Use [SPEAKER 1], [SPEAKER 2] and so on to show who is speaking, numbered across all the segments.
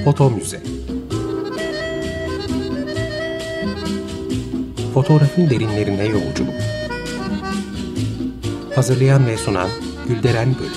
[SPEAKER 1] Foto Müze. Fotoğrafın derinlerine yolculuk. Hazırlayan ve sunan Gülderen Bölük.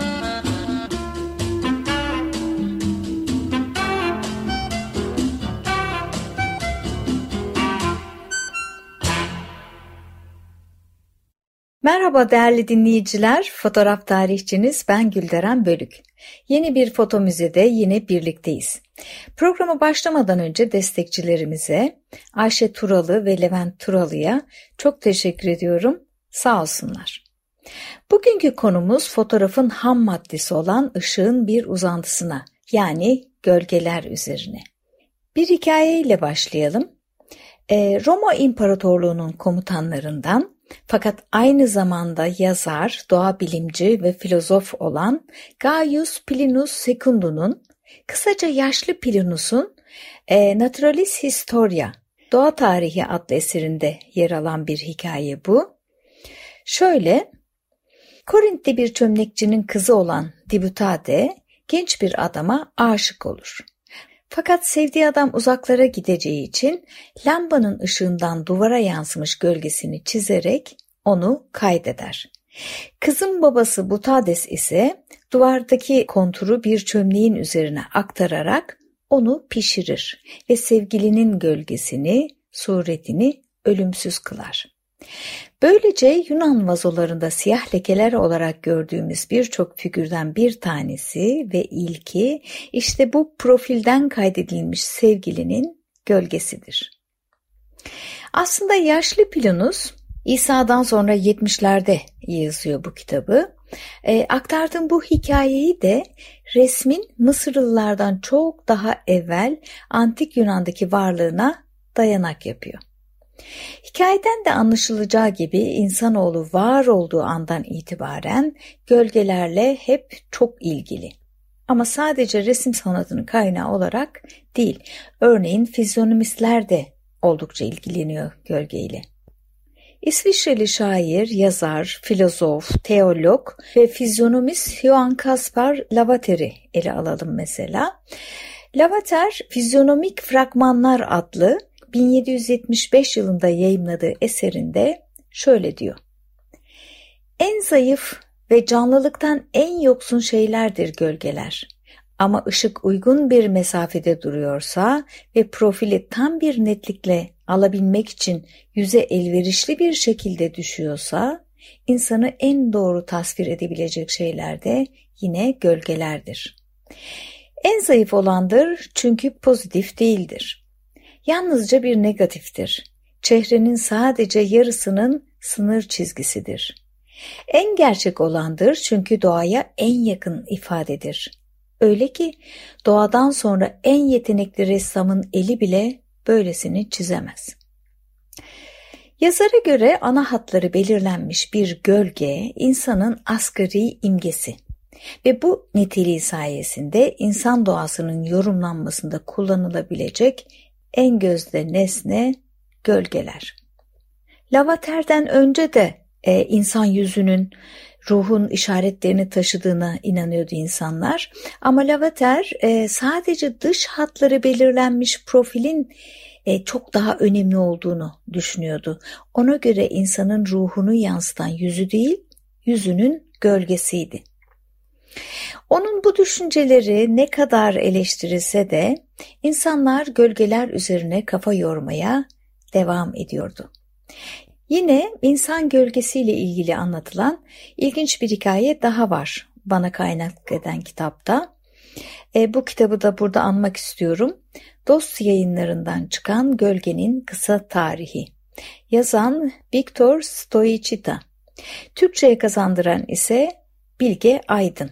[SPEAKER 2] Merhaba değerli dinleyiciler, fotoğraf tarihçiniz ben Gülderen Bölük. Yeni bir foto müzede yine birlikteyiz. Programa başlamadan önce destekçilerimize Ayşe Turalı ve Levent Turalı'ya çok teşekkür ediyorum. Sağ olsunlar. Bugünkü konumuz fotoğrafın ham maddesi olan ışığın bir uzantısına, yani gölgeler üzerine. Bir hikayeyle başlayalım. Roma İmparatorluğu'nun komutanlarından fakat aynı zamanda yazar, doğa bilimci ve filozof olan Gaius Plinius Secundus'un, kısaca yaşlı Plinius'un Naturalis Historia, Doğa Tarihi adlı eserinde yer alan bir hikaye bu. Şöyle, Korint'te bir çömlekçinin kızı olan Dibutate genç bir adama aşık olur. Fakat sevdiği adam uzaklara gideceği için lambanın ışığından duvara yansımış gölgesini çizerek onu kaydeder. Kızın babası Butades ise duvardaki konturu bir çömleğin üzerine aktararak onu pişirir ve sevgilinin gölgesini, suretini ölümsüz kılar. Böylece Yunan vazolarında siyah lekeler olarak gördüğümüz birçok figürden bir tanesi ve ilki işte bu profilden kaydedilmiş sevgilinin gölgesidir. Aslında yaşlı Plinius İsa'dan sonra 70'lerde yazıyor bu kitabı. Aktardığım bu hikayeyi de resmin Mısırlılardan çok daha evvel antik Yunan'daki varlığına dayanak yapıyor. Hikayeden de anlaşılacağı gibi insanoğlu var olduğu andan itibaren gölgelerle hep çok ilgili. Ama sadece resim sanatının kaynağı olarak değil, örneğin fizyonomistler de oldukça ilgileniyor gölgeyle. İsviçreli şair, yazar, filozof, teolog ve fizyonomist Johann Caspar Lavater'i ele alalım mesela. Lavater, Fizyonomik Fragmanlar adlı 1775 yılında yayımladığı eserinde şöyle diyor. En zayıf ve canlılıktan en yoksun şeylerdir gölgeler. Ama ışık uygun bir mesafede duruyorsa ve profili tam bir netlikle alabilmek için yüze elverişli bir şekilde düşüyorsa, insanı en doğru tasvir edebilecek şeyler de yine gölgelerdir. En zayıf olandır çünkü pozitif değildir. Yalnızca bir negatiftir. Çehrenin sadece yarısının sınır çizgisidir. En gerçek olandır çünkü doğaya en yakın ifadedir. Öyle ki doğadan sonra en yetenekli ressamın eli bile böylesini çizemez. Yazara göre ana hatları belirlenmiş bir gölge insanın asgari imgesi ve bu niteliği sayesinde insan doğasının yorumlanmasında kullanılabilecek en gözde nesne gölgeler. Lavater'den önce de insan yüzünün ruhun işaretlerini taşıdığına inanıyordu insanlar. Ama Lavater sadece dış hatları belirlenmiş profilin çok daha önemli olduğunu düşünüyordu. Ona göre insanın ruhunu yansıtan yüzü değil, yüzünün gölgesiydi. Onun bu düşünceleri ne kadar eleştirilse de insanlar gölgeler üzerine kafa yormaya devam ediyordu. Yine insan gölgesiyle ilgili anlatılan ilginç bir hikaye daha var bana kaynak eden kitapta. Bu kitabı da burada anmak istiyorum. Dost Yayınlarından çıkan Gölgenin Kısa Tarihi. Yazan Viktor Stoichita. Türkçe'ye kazandıran ise Bilge Aydın.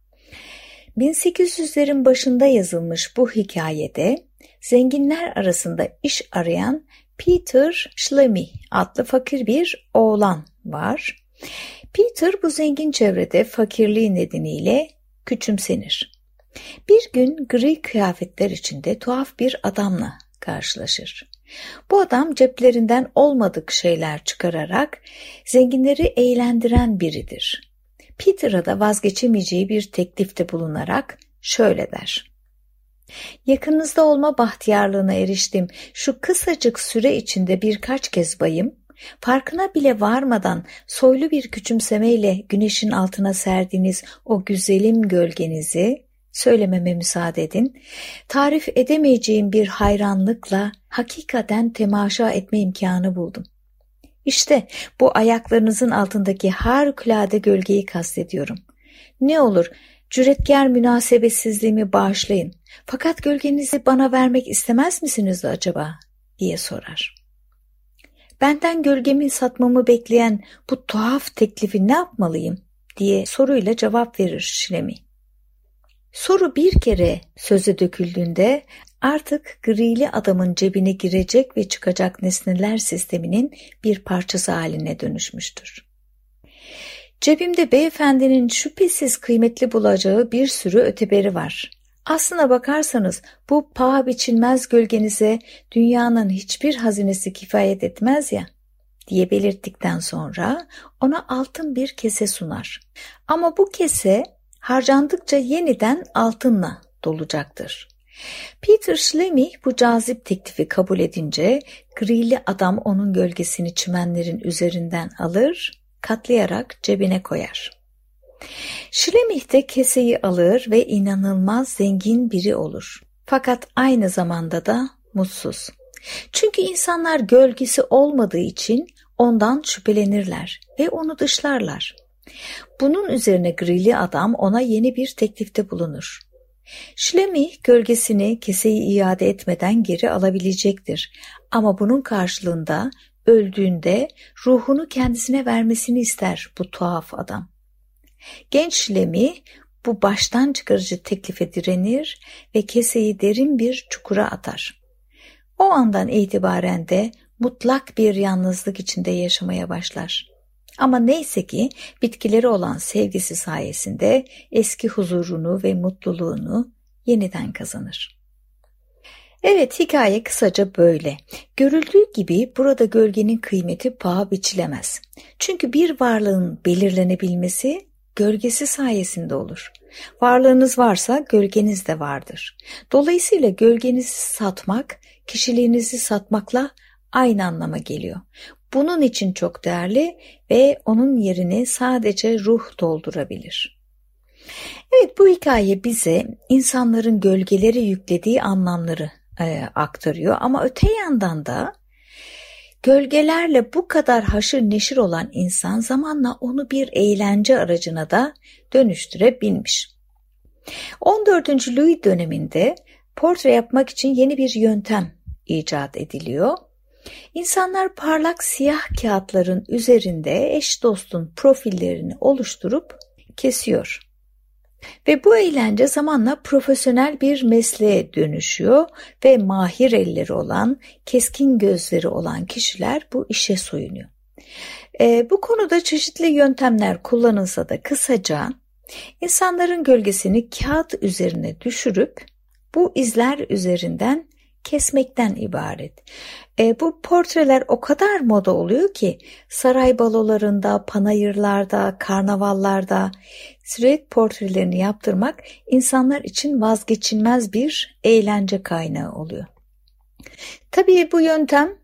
[SPEAKER 2] 1800'lerin başında yazılmış bu hikayede zenginler arasında iş arayan Peter Schlemi adlı fakir bir oğlan var. Peter bu zengin çevrede fakirliği nedeniyle küçümsenir. Bir gün gri kıyafetler içinde tuhaf bir adamla karşılaşır. Bu adam ceplerinden olmadık şeyler çıkararak zenginleri eğlendiren biridir. Peter'a da vazgeçemeyeceği bir teklifte bulunarak şöyle der. Yakınınızda olma bahtiyarlığına eriştim. Şu kısacık süre içinde birkaç kez bayım, farkına bile varmadan soylu bir küçümsemeyle güneşin altına serdiğiniz o güzelim gölgenizi söylememe müsaade edin. Tarif edemeyeceğim bir hayranlıkla hakikaten temaşa etme imkanı buldum. İşte bu ayaklarınızın altındaki harikulade gölgeyi kastediyorum. Ne olur cüretkar münasebetsizliğimi bağışlayın. Fakat gölgenizi bana vermek istemez misiniz acaba? Diye sorar. Benden gölgemi satmamı bekleyen bu tuhaf teklifi ne yapmalıyım? Diye soruyla cevap verir Şilemi. Soru bir kere söze döküldüğünde artık grili adamın cebine girecek ve çıkacak nesneler sisteminin bir parçası haline dönüşmüştür. Cebimde beyefendinin şüphesiz kıymetli bulacağı bir sürü öteberi var. Aslına bakarsanız bu paha biçilmez gölgenize dünyanın hiçbir hazinesi kifayet etmez ya, diye belirttikten sonra ona altın bir kese sunar. Ama bu kese harcandıkça yeniden altınla dolacaktır. Peter Schlemihl bu cazip teklifi kabul edince grili adam onun gölgesini çimenlerin üzerinden alır, katlayarak cebine koyar. Schlemihl de keseyi alır ve inanılmaz zengin biri olur. Fakat aynı zamanda da mutsuz. Çünkü insanlar gölgesi olmadığı için ondan şüphelenirler ve onu dışlarlar. Bunun üzerine grili adam ona yeni bir teklifte bulunur. Schlemihl gölgesini keseyi iade etmeden geri alabilecektir. Ama bunun karşılığında öldüğünde ruhunu kendisine vermesini ister bu tuhaf adam. Genç Schlemihl bu baştan çıkarıcı teklife direnir ve keseyi derin bir çukura atar. O andan itibaren de mutlak bir yalnızlık içinde yaşamaya başlar. Ama neyse ki bitkileri olan sevgisi sayesinde eski huzurunu ve mutluluğunu yeniden kazanır. Evet, hikaye kısaca böyle. Görüldüğü gibi burada gölgenin kıymeti paha biçilemez. Çünkü bir varlığın belirlenebilmesi gölgesi sayesinde olur. Varlığınız varsa gölgeniz de vardır. Dolayısıyla gölgenizi satmak, kişiliğinizi satmakla aynı anlama geliyor. Bunun için çok değerli ve onun yerini sadece ruh doldurabilir. Evet, bu hikaye bize insanların gölgeleri yüklediği anlamları aktarıyor. Ama öte yandan da gölgelerle bu kadar haşır neşir olan insan zamanla onu bir eğlence aracına da dönüştürebilmiş. 14. Louis döneminde portre yapmak için yeni bir yöntem icat ediliyor. İnsanlar parlak siyah kağıtların üzerinde eş dostun profillerini oluşturup kesiyor. Ve bu eğlence zamanla profesyonel bir mesleğe dönüşüyor ve mahir elleri olan, keskin gözleri olan kişiler bu işe soyunuyor. Bu konuda çeşitli yöntemler kullanılsa da kısaca insanların gölgesini kağıt üzerine düşürüp bu izler üzerinden kesmekten ibaret. Bu portreler o kadar moda oluyor ki saray balolarında, panayırlarda, karnavallarda silüet portrelerini yaptırmak insanlar için vazgeçilmez bir eğlence kaynağı oluyor. Tabii bu yöntem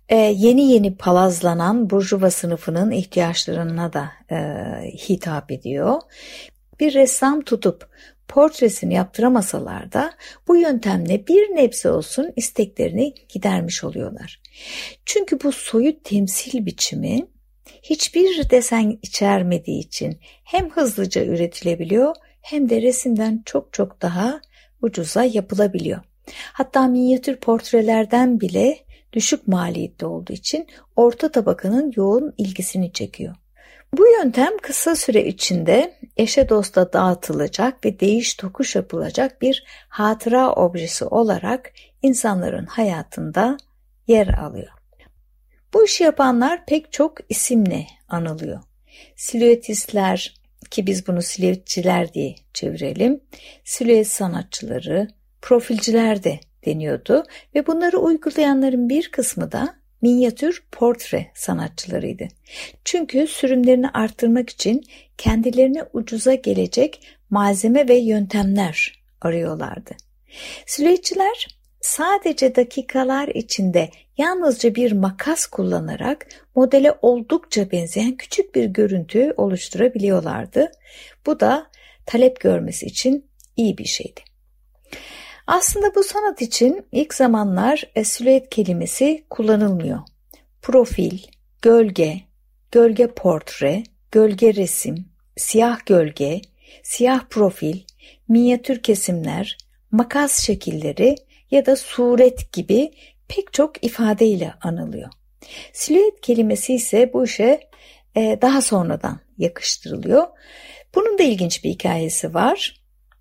[SPEAKER 2] yeni palazlanan burjuva sınıfının ihtiyaçlarına da hitap ediyor. Bir ressam tutup portresini yaptıramasalar da bu yöntemle bir nebze olsun isteklerini gidermiş oluyorlar. Çünkü bu soyut temsil biçimi hiçbir desen içermediği için hem hızlıca üretilebiliyor hem de resimden çok daha ucuza yapılabiliyor. Hatta minyatür portrelerden bile düşük maliyette olduğu için orta tabakanın yoğun ilgisini çekiyor. Bu yöntem kısa süre içinde eşe dosta dağıtılacak ve değiş tokuş yapılacak bir hatıra objesi olarak insanların hayatında yer alıyor. Bu işi yapanlar pek çok isimle anılıyor. Silüetistler, ki biz bunu silüetçiler diye çevirelim, silüet sanatçıları, profilciler de deniyordu ve bunları uygulayanların bir kısmı da minyatür portre sanatçılarıydı. Çünkü sürümlerini arttırmak için kendilerine ucuza gelecek malzeme ve yöntemler arıyorlardı. Silüetçiler sadece dakikalar içinde yalnızca bir makas kullanarak modele oldukça benzeyen küçük bir görüntü oluşturabiliyorlardı. Bu da talep görmesi için iyi bir şeydi. Aslında bu sanat için ilk zamanlar silüet kelimesi kullanılmıyor. Profil, gölge, gölge portre, gölge resim, siyah gölge, siyah profil, minyatür kesimler, makas şekilleri ya da suret gibi pek çok ifadeyle anılıyor. Silüet kelimesi ise bu işe daha sonradan yakıştırılıyor. Bunun da ilginç bir hikayesi var.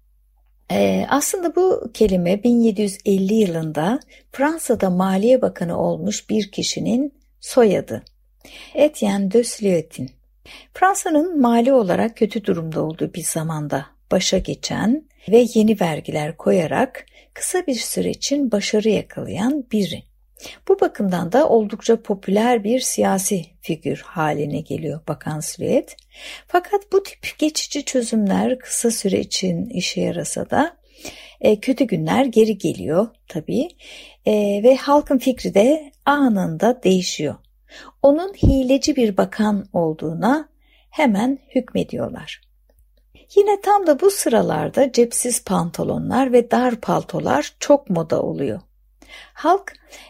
[SPEAKER 2] Aslında bu kelime 1750 yılında Fransa'da Maliye Bakanı olmuş bir kişinin soyadı. Etienne de Silhouette'in. Fransa'nın mali olarak kötü durumda olduğu bir zamanda başa geçen ve yeni vergiler koyarak kısa bir süre için başarı yakalayan biri. Bu bakımdan da oldukça popüler bir siyasi figür haline geliyor Bakan Silhouette. Fakat bu tip geçici çözümler kısa süre için işe yarasa da kötü günler geri geliyor tabii ve halkın fikri de anında değişiyor. Onun hileci bir bakan olduğuna hemen hükmediyorlar. Yine tam da bu sıralarda cepsiz pantolonlar ve dar paltolar çok moda oluyor. Halk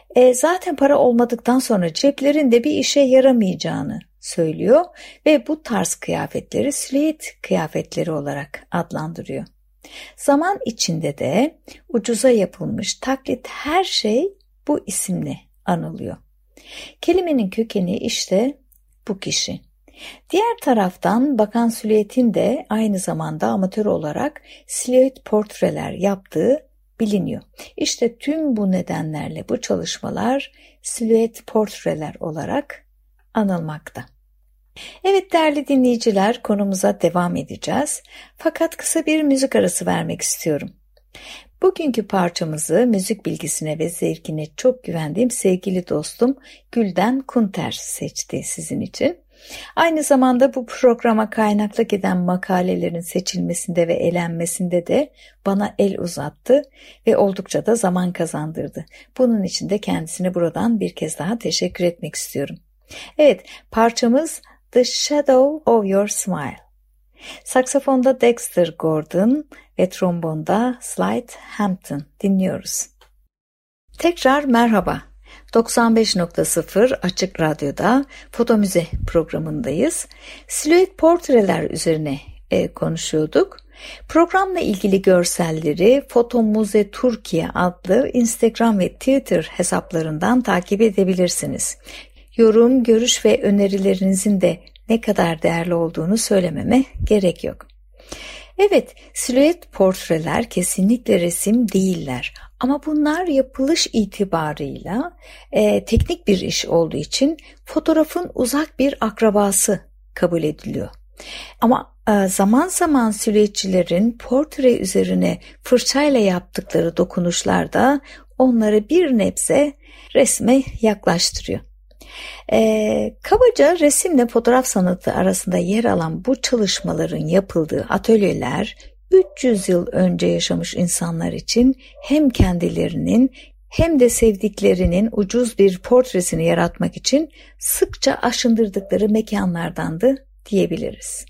[SPEAKER 2] zaten para olmadıktan sonra ceplerinde bir işe yaramayacağını söylüyor ve bu tarz kıyafetleri silüet kıyafetleri olarak adlandırıyor. Zaman içinde de ucuza yapılmış taklit her şey bu isimle anılıyor. Kelimenin kökeni işte bu kişi. Diğer taraftan Bakan Silhouette'in de aynı zamanda amatör olarak silüet portreler yaptığı biliniyor. İşte tüm bu nedenlerle bu çalışmalar silüet portreler olarak anılmakta. Evet değerli dinleyiciler, konumuza devam edeceğiz. Fakat kısa bir müzik arası vermek istiyorum. Bugünkü parçamızı müzik bilgisine ve zevkine çok güvendiğim sevgili dostum Gülden Kunter seçti sizin için. Aynı zamanda bu programa kaynaklık eden makalelerin seçilmesinde ve elenmesinde de bana el uzattı ve oldukça da zaman kazandırdı. Bunun için de kendisine buradan bir kez daha teşekkür etmek istiyorum. Evet, parçamız The Shadow of Your Smile. Saksafonda Dexter Gordon ve trombonda Slide Hampton dinliyoruz. Tekrar merhaba. 95.0 Açık Radyo'da Foto Müze programındayız. Silüet portreler üzerine konuşuyorduk. Programla ilgili görselleri Foto Müze Türkiye adlı Instagram ve Twitter hesaplarından takip edebilirsiniz. Yorum, görüş ve önerilerinizin de ne kadar değerli olduğunu söylememe gerek yok. Evet, silüet portreler kesinlikle resim değiller. Ama bunlar yapılış itibarıyla teknik bir iş olduğu için fotoğrafın uzak bir akrabası kabul ediliyor. Ama zaman zaman silüetçilerin portre üzerine fırçayla yaptıkları dokunuşlar da onları bir nebze resme yaklaştırıyor. Kabaca resimle fotoğraf sanatı arasında yer alan bu çalışmaların yapıldığı atölyeler 300 yıl önce yaşamış insanlar için hem kendilerinin hem de sevdiklerinin ucuz bir portresini yaratmak için sıkça aşındırdıkları mekanlardandı diyebiliriz.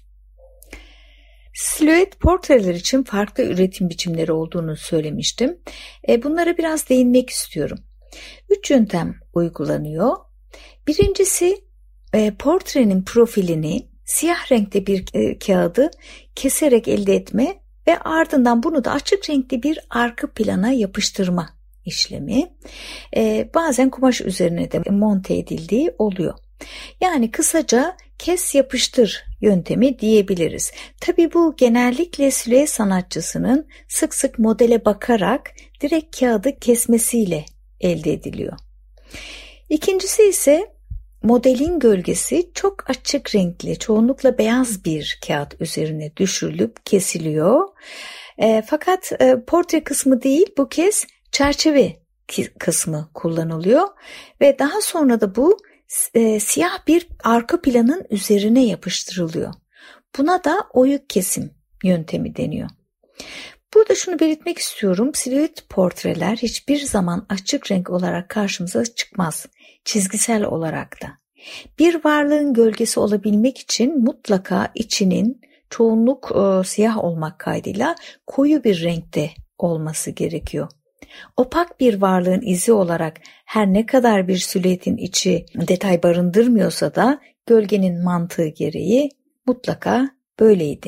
[SPEAKER 2] Silüet portreler için farklı üretim biçimleri olduğunu söylemiştim. Bunlara biraz değinmek istiyorum. 3 yöntem uygulanıyor. Birincisi portrenin profilini siyah renkte bir kağıdı keserek elde etme ve ardından bunu da açık renkli bir arka plana yapıştırma işlemi. Bazen kumaş üzerine de monte edildiği oluyor. Yani kısaca kes yapıştır yöntemi diyebiliriz. Tabii bu genellikle silüet sanatçısının sık sık modele bakarak direkt kağıdı kesmesiyle elde ediliyor. İkincisi ise modelin gölgesi çok açık renkli, çoğunlukla beyaz bir kağıt üzerine düşürülüp kesiliyor. Fakat portre kısmı değil, bu kez çerçeve kısmı kullanılıyor ve daha sonra da bu siyah bir arka planın üzerine yapıştırılıyor. Buna da oyuk kesim yöntemi deniyor. Burada şunu belirtmek istiyorum. Silüet portreler hiçbir zaman açık renk olarak karşımıza çıkmaz. Çizgisel olarak da. Bir varlığın gölgesi olabilmek için mutlaka içinin çoğunluk siyah olmak kaydıyla koyu bir renkte olması gerekiyor. Opak bir varlığın izi olarak her ne kadar bir silüetin içi detay barındırmıyorsa da gölgenin mantığı gereği mutlaka böyleydi.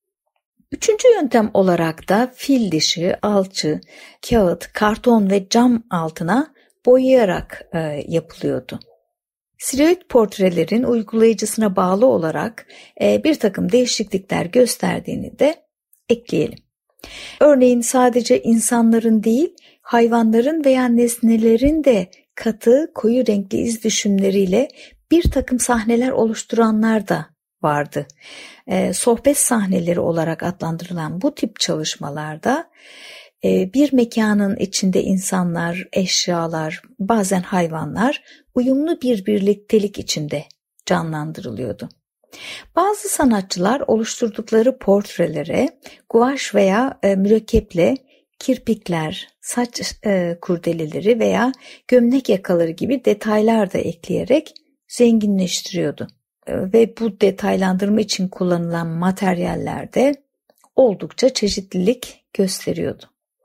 [SPEAKER 2] Üçüncü yöntem olarak da fil dişi, alçı, kağıt, karton ve cam altına boyayarak yapılıyordu. Silüet portrelerin uygulayıcısına bağlı olarak bir takım değişiklikler gösterdiğini de ekleyelim. Örneğin sadece insanların değil, hayvanların veya nesnelerin de katı, koyu renkli iz düşümleriyle bir takım sahneler oluşturanlar da vardı. Sohbet sahneleri olarak adlandırılan bu tip çalışmalarda bir mekanın içinde insanlar, eşyalar, bazen hayvanlar uyumlu bir birliktelik içinde canlandırılıyordu. Bazı sanatçılar oluşturdukları portrelere guaş veya mürekkeple kirpikler, saç kurdeleleri veya gömlek yakaları gibi detaylar da ekleyerek zenginleştiriyordu. Ve bu detaylandırma için kullanılan materyaller de oldukça çeşitlilik gösteriyordu.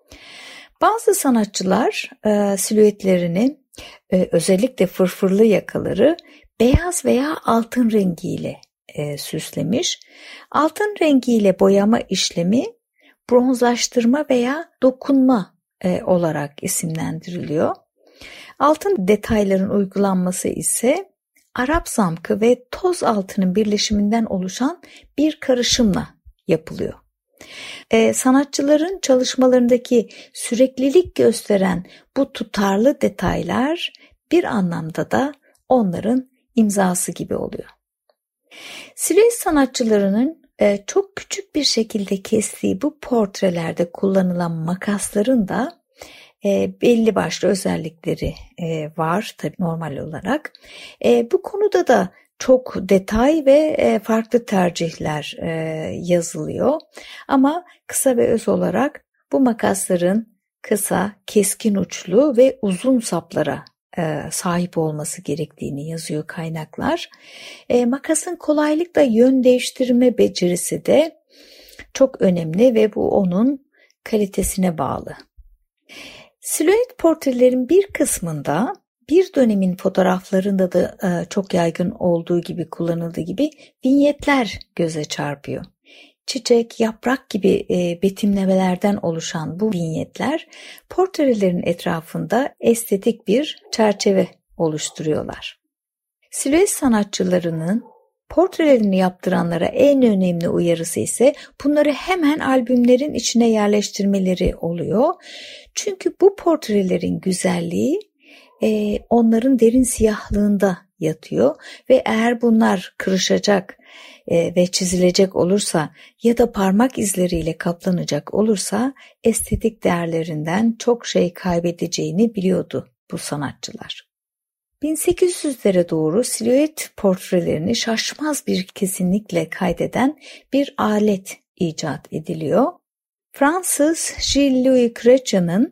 [SPEAKER 2] Bazı sanatçılar silüetlerini özellikle fırfırlı yakaları beyaz veya altın rengiyle süslemiş. Altın rengiyle boyama işlemi bronzlaştırma veya dokunma olarak isimlendiriliyor. Altın detayların uygulanması ise Arap zamkı ve toz altının birleşiminden oluşan bir karışımla yapılıyor. Sanatçıların çalışmalarındaki süreklilik gösteren bu tutarlı detaylar bir anlamda da onların imzası gibi oluyor. Silüet sanatçılarının çok küçük bir şekilde kestiği bu portrelerde kullanılan makasların da belli başlı özellikleri var tabii normal olarak. Bu konuda da çok detay ve farklı tercihler yazılıyor. Ama kısa ve öz olarak bu makasların kısa, keskin uçlu ve uzun saplara sahip olması gerektiğini yazıyor kaynaklar. Makasın kolaylıkla yön değiştirme becerisi de çok önemli ve bu onun kalitesine bağlı. Silüet portrelerin bir kısmında bir dönemin fotoğraflarında da çok yaygın olduğu gibi kullanıldığı gibi vinyetler göze çarpıyor. Çiçek, yaprak gibi betimlemelerden oluşan bu vinyetler portrelerin etrafında estetik bir çerçeve oluşturuyorlar. Silüet sanatçılarının portrelerini yaptıranlara en önemli uyarısı ise bunları hemen albümlerin içine yerleştirmeleri oluyor. Çünkü bu portrelerin güzelliği onların derin siyahlığında yatıyor ve eğer bunlar kırışacak ve çizilecek olursa ya da parmak izleriyle kaplanacak olursa estetik değerlerinden çok şey kaybedeceğini biliyordu bu sanatçılar. 1800'lere doğru silüet portrelerini şaşmaz bir kesinlikle kaydeden bir alet icat ediliyor. Fransız Gilles-Louis Chrétien'in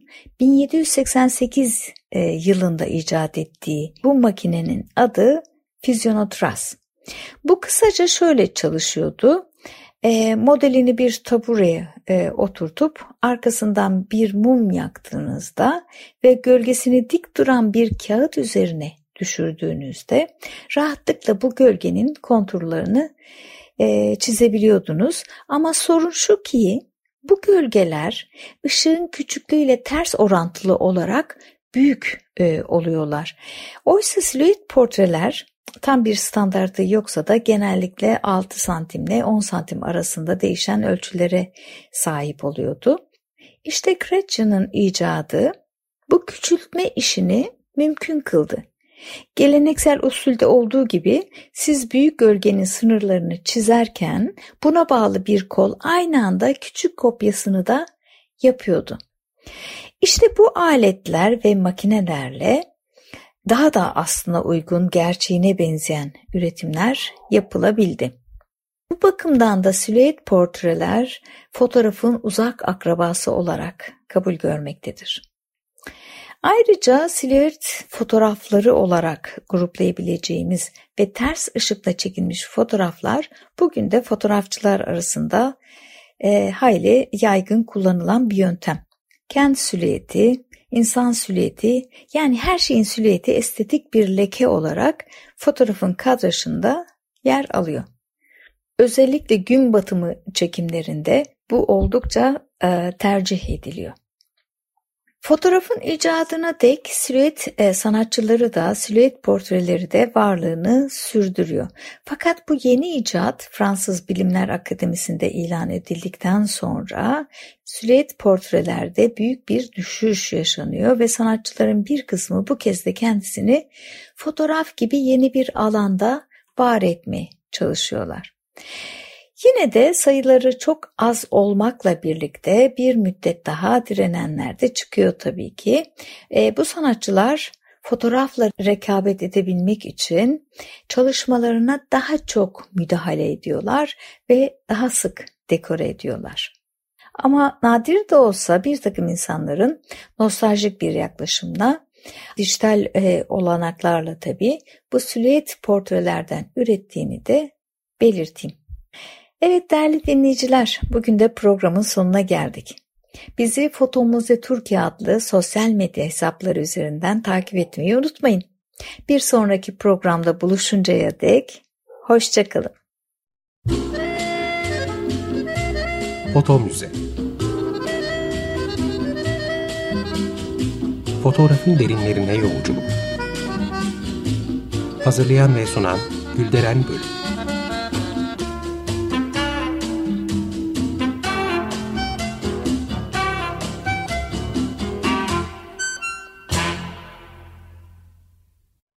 [SPEAKER 2] 1788 yılında icat ettiği bu makinenin adı Physionotras. Bu kısaca şöyle çalışıyordu. Modelini bir tabureye oturtup arkasından bir mum yaktığınızda ve gölgesini dik duran bir kağıt üzerine düşürdüğünüzde rahatlıkla bu gölgenin konturlarını çizebiliyordunuz. Ama sorun şu ki bu gölgeler ışığın küçüklüğüyle ters orantılı olarak büyük oluyorlar. Oysa silüet portreler tam bir standardı yoksa da genellikle 6 santimle 10 santim arasında değişen ölçülere sahip oluyordu. İşte Chrétien'in icadı bu küçültme işini mümkün kıldı. Geleneksel usulde olduğu gibi siz büyük gölgenin sınırlarını çizerken buna bağlı bir kol aynı anda küçük kopyasını da yapıyordu. İşte bu aletler ve makinelerle daha da aslına uygun, gerçeğine benzeyen üretimler yapılabildi. Bu bakımdan da silüet portreler fotoğrafın uzak akrabası olarak kabul görmektedir. Ayrıca silüet fotoğrafları olarak gruplayabileceğimiz ve ters ışıkla çekilmiş fotoğraflar bugün de fotoğrafçılar arasında hayli yaygın kullanılan bir yöntem. Kendi silüeti, insan silüeti, yani her şeyin silüeti estetik bir leke olarak fotoğrafın kadrajında yer alıyor. Özellikle gün batımı çekimlerinde bu oldukça tercih ediliyor. Fotoğrafın icadına dek silüet sanatçıları da silüet portreleri de varlığını sürdürüyor. Fakat bu yeni icat Fransız Bilimler Akademisi'nde ilan edildikten sonra silüet portrelerde büyük bir düşüş yaşanıyor ve sanatçıların bir kısmı bu kez de kendisini fotoğraf gibi yeni bir alanda var etmeye çalışıyorlar. Yine de sayıları çok az olmakla birlikte bir müddet daha direnenler de çıkıyor tabii ki. Bu sanatçılar fotoğrafla rekabet edebilmek için çalışmalarına daha çok müdahale ediyorlar ve daha sık dekore ediyorlar. Ama nadir de olsa bir takım insanların nostaljik bir yaklaşımla, dijital olanaklarla tabii bu silüet portrelerden ürettiğini de belirteyim. Evet değerli dinleyiciler, bugün de programın sonuna geldik. Bizi Foto Müze Türkiye adlı sosyal medya hesapları üzerinden takip etmeyi unutmayın. Bir sonraki programda buluşuncaya dek hoşça kalın.
[SPEAKER 1] Foto Müze. Fotoğrafın derinlerine yolculuk. Hazırlayan ve sunan Gülderen Bölük.